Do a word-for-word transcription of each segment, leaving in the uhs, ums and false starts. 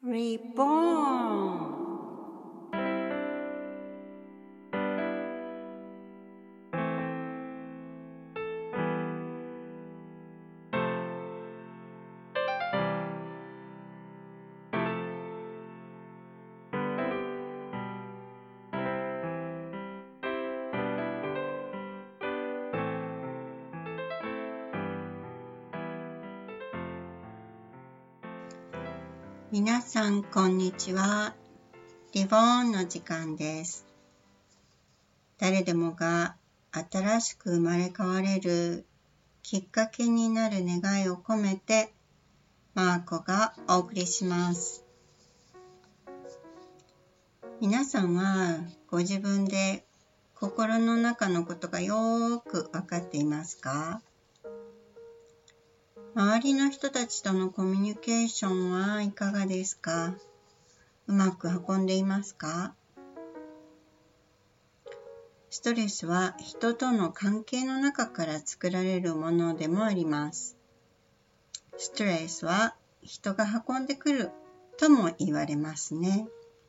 Reborn。皆さんこんにちは。リボーンの時間です。誰でもが新しく生まれ変われるきっかけになる願いを込めてマーコがお送りします。皆さんはご自分で心の中のことがよーくわかっていますか？周りの人たちとのコミュニケーションはいかがですか？うまく運んでいますか？ストレスは人との関係の中から作られるものでもあります。ストレスは人が運んでくるとも言われますね。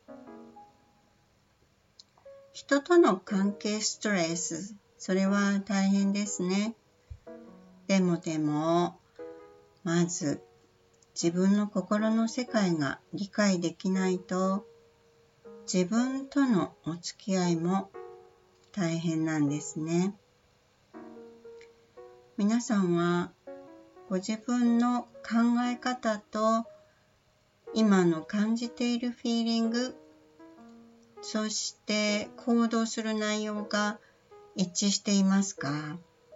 人との関係ストレス、それは大変ですね。でもでも、まず自分の心の世界が理解できないと、自分とのお付き合いも大変なんですね。皆さんはご自分の考え方と今の感じているフィーリング、そして行動する内容が一致していますか？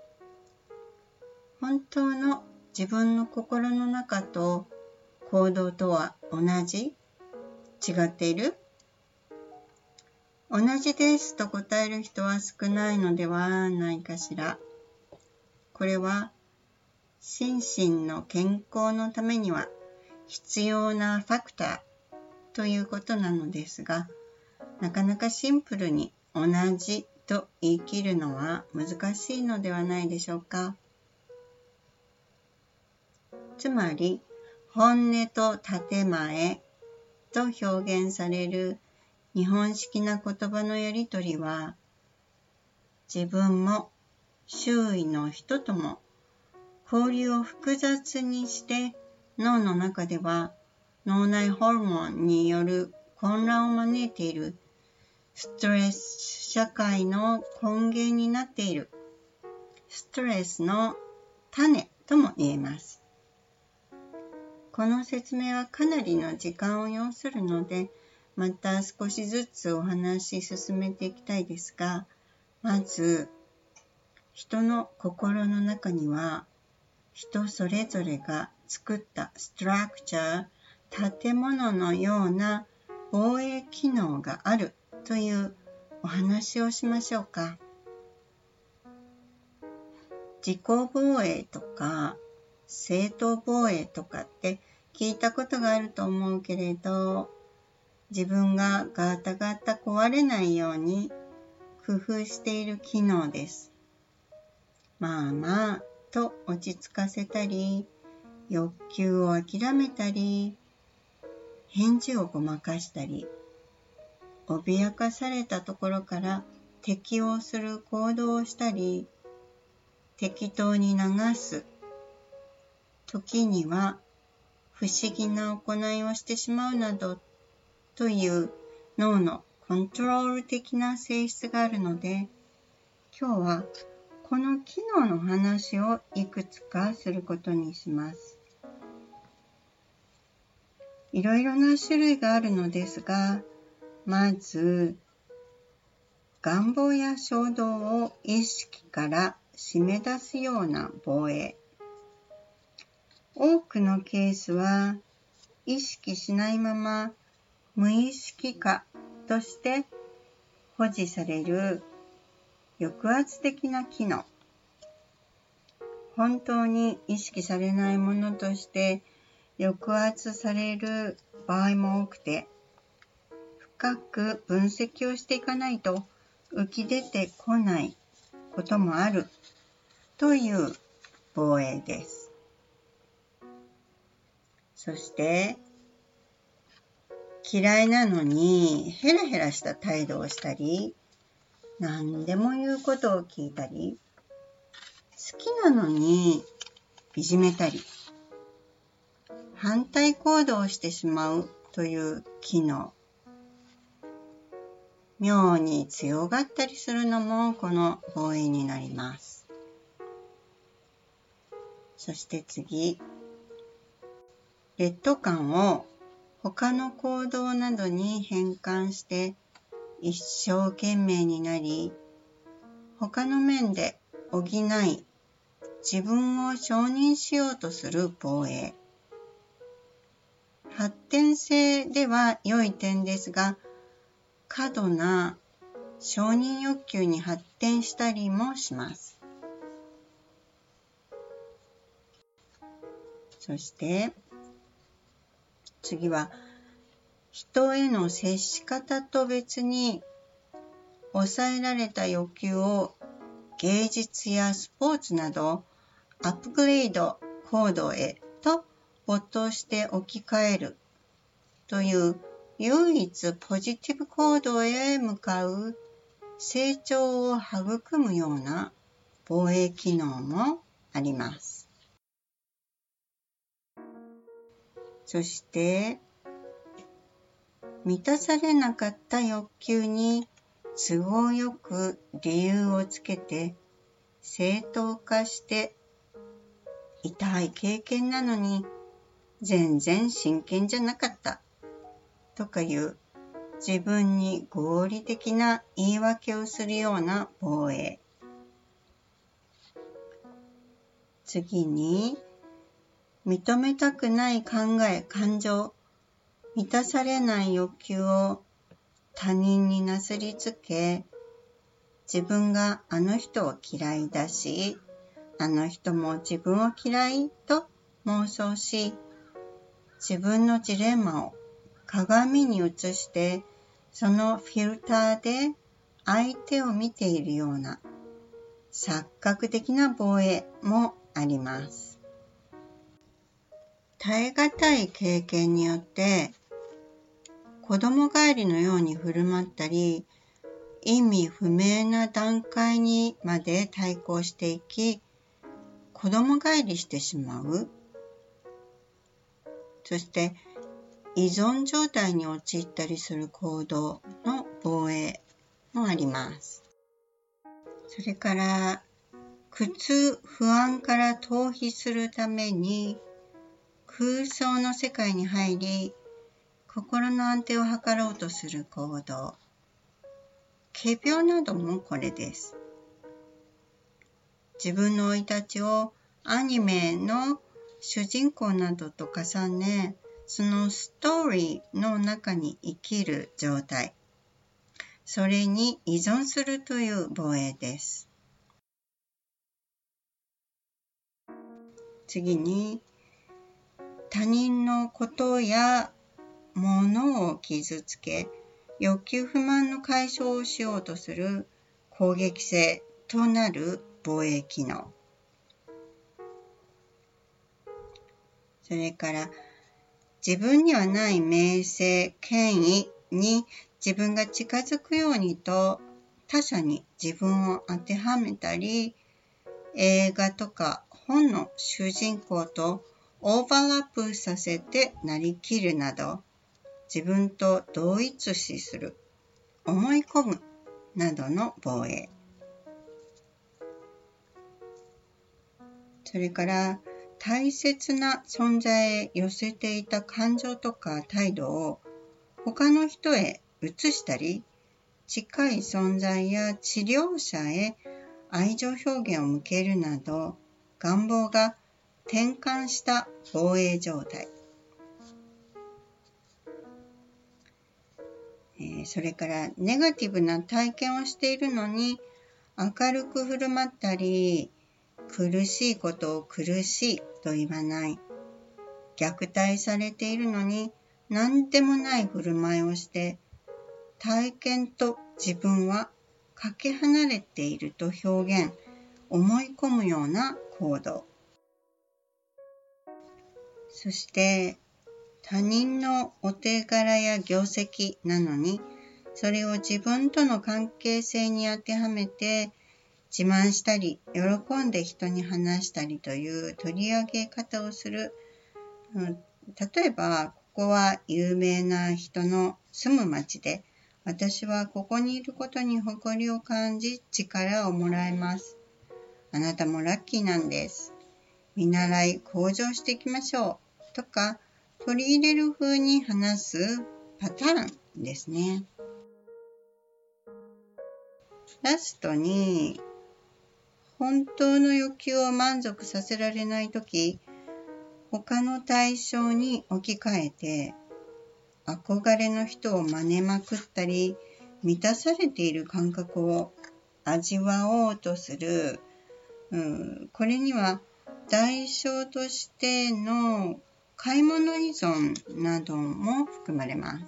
本当の自分の心の中と行動とは同じ？違っている？同じですと答える人は少ないのではないかしら。これは心身の健康のためには必要なファクターということなのですが、なかなかシンプルに同じと言い切るのは難しいのではないでしょうか。つまり、本音と建前と表現される日本式な言葉のやりとりは、自分も周囲の人とも交流を複雑にして脳の中では脳内ホルモンによる混乱を招いているストレス社会の根源になっているストレスの種とも言えます。この説明はかなりの時間を要するので、また少しずつお話し進めていきたいですが、まず人の心の中には人それぞれが作ったストラクチャー、建物のような防衛機能があるというお話をしましょうか。自己防衛とか正当防衛とかって聞いたことがあると思うけれど、自分がガタガタ壊れないように工夫している機能です。まあまあと落ち着かせたり、欲求を諦めたり、返事をごまかしたり、脅かされたところから適応する行動をしたり、適当に流す、時には不思議な行いをしてしまうなどという脳のコントロール的な性質があるので、今日はこの機能の話をいくつかすることにします。いろいろな種類があるのですが、まず願望や衝動を意識から締め出すような防衛。多くのケースは意識しないまま無意識化として保持される抑圧的な機能。本当に意識されないものとして抑圧される場合も多くて、深く分析をしていかないと浮き出てこないこともあるという防衛です。そして嫌いなのにヘラヘラした態度をしたり、何でも言うことを聞いたり、好きなのにいじめたり、反対行動をしてしまうという機能、妙に強がったりするのもこの防衛になります。そして次、劣等感を他の行動などに変換して一生懸命になり、他の面で補い、自分を承認しようとする防衛。発展性では良い点ですが、過度な承認欲求に発展したりもします。そして次は、人への接し方と別に抑えられた欲求を芸術やスポーツなどアップグレード行動へと没頭して置き換えるという唯一ポジティブ行動へ向かう成長を育むような防衛機能もあります。そして満たされなかった欲求に都合よく理由をつけて正当化して痛い経験なのに全然真剣じゃなかったとかいう自分に合理的な言い訳をするような防衛。次に、認めたくない考え、感情、満たされない欲求を他人になすりつけ、自分があの人を嫌いだし、あの人も自分を嫌いと妄想し、自分のジレンマを鏡に映して、そのフィルターで相手を見ているような錯覚的な防衛もあります。耐え難い経験によって子供帰りのように振る舞ったり、意味不明な段階にまで対抗していき、子供帰りしてしまう。そして依存状態に陥ったりする行動の防衛もあります。それから苦痛、不安から逃避するために空想の世界に入り、心の安定を図ろうとする行動。仮病などもこれです。自分の生い立ちをアニメの主人公などと重ね、そのストーリーの中に生きる状態。それに依存するという防衛です。次に、他人のことや物を傷つけ、欲求不満の解消をしようとする攻撃性となる防衛機能。それから、自分にはない名声、権威に自分が近づくようにと他者に自分を当てはめたり、映画とか本の主人公とオーバーラップさせてなりきるなど、自分と同一視する、思い込むなどの防衛。それから大切な存在へ寄せていた感情とか態度を他の人へ移したり、近い存在や治療者へ愛情表現を向けるなど、願望が転換した防衛状態。えー、それからネガティブな体験をしているのに明るく振る舞ったり、苦しいことを苦しいと言わない。虐待されているのに何でもない振る舞いをして、体験と自分はかけ離れていると表現、思い込むような行動。そして、 他人のお手柄や業績なのに、それを自分との関係性に当てはめて自慢したり、喜んで人に話したりという取り上げ方をする。うん、例えば、ここは有名な人の住む町で、私はここにいることに誇りを感じ、力をもらえます。あなたもラッキーなんです。見習い向上していきましょう。とか、取り入れる風に話すパターンですね。ラストに、本当の欲求を満足させられないとき、他の対象に置き換えて、憧れの人を真似まくったり、満たされている感覚を味わおうとする。うん、これには代償としての買い物依存なども含まれます。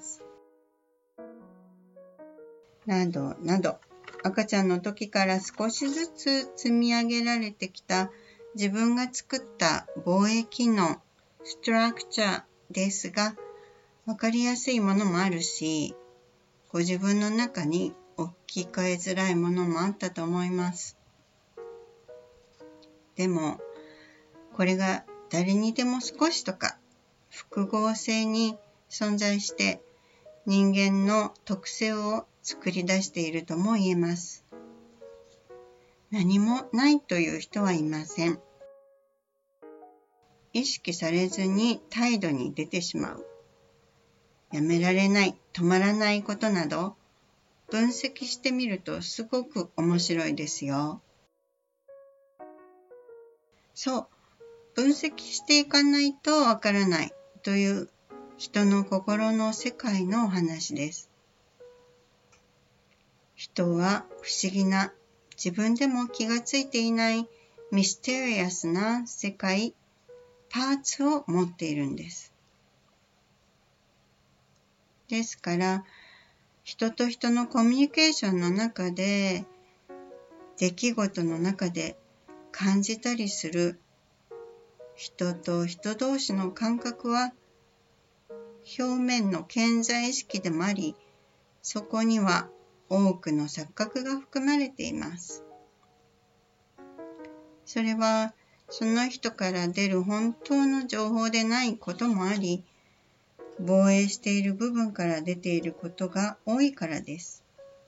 などなど。赤ちゃんの時から少しずつ積み上げられてきた自分が作った防衛機能、ストラクチャーですが、わかりやすいものもあるし、ご自分の中に置き換えづらいものもあったと思います。でも、これが誰にでも少しとか複合性に存在して人間の特性を作り出しているとも言えます。何もないという人はいません。意識されずに態度に出てしまう。やめられない、止まらないことなど、分析してみるとすごく面白いですよ。そう、分析していかないとわからないという人の心の世界のお話です。人は不思議な、自分でも気がついていないミステリアスな世界、パーツを持っているんです。ですから、人と人のコミュニケーションの中で、出来事の中で感じたりする人と人同士の感覚は、表面の顕在意識でもあり、そこには多くの錯覚が含まれています。それは、その人から出る本当の情報でないこともあり、防衛している部分から出ていることが多いからです。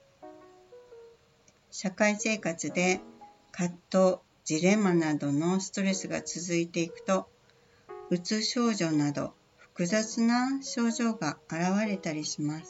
社会生活で葛藤、ジレンマなどのストレスが続いていくと、うつ症状など複雑な症状が現れたりします。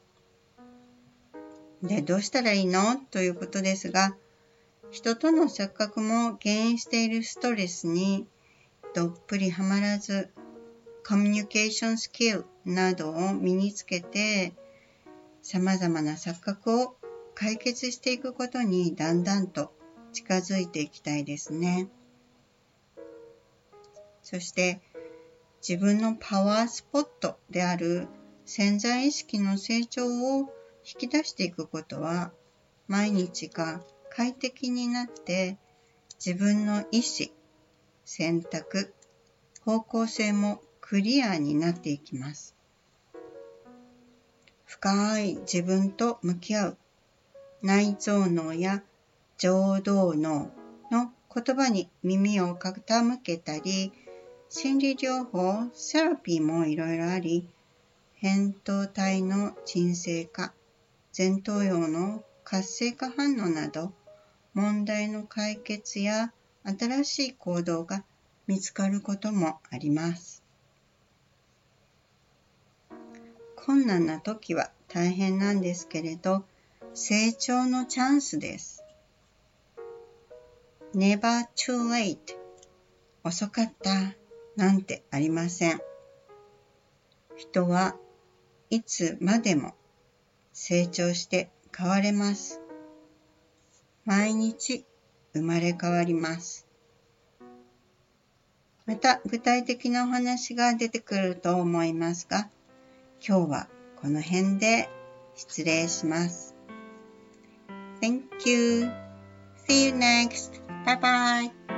で、どうしたらいいのということですが、人との錯覚も原因しているストレスにどっぷりはまらず、コミュニケーションスキルなどを身につけて、様々な錯覚を解決していくことにだんだんと近づいていきたいですね。そして自分のパワースポットである潜在意識の成長を引き出していくことは、毎日が快適になって自分の意思、選択、方向性もクリアになっていきます。深い自分と向き合う内臓脳や情動脳の言葉に耳を傾けたり、心理療法、セラピーもいろいろあり、扁桃体の鎮静化、前頭葉の活性化反応など、問題の解決や新しい行動が見つかることもあります。困難な時は大変なんですけれど、成長のチャンスです。Never too late。遅かったなんてありません。人はいつまでも成長して変われます。毎日生まれ変わります。また具体的なお話が出てくると思いますが、今日はこの辺で失礼します。Thank you. See you next. Bye bye.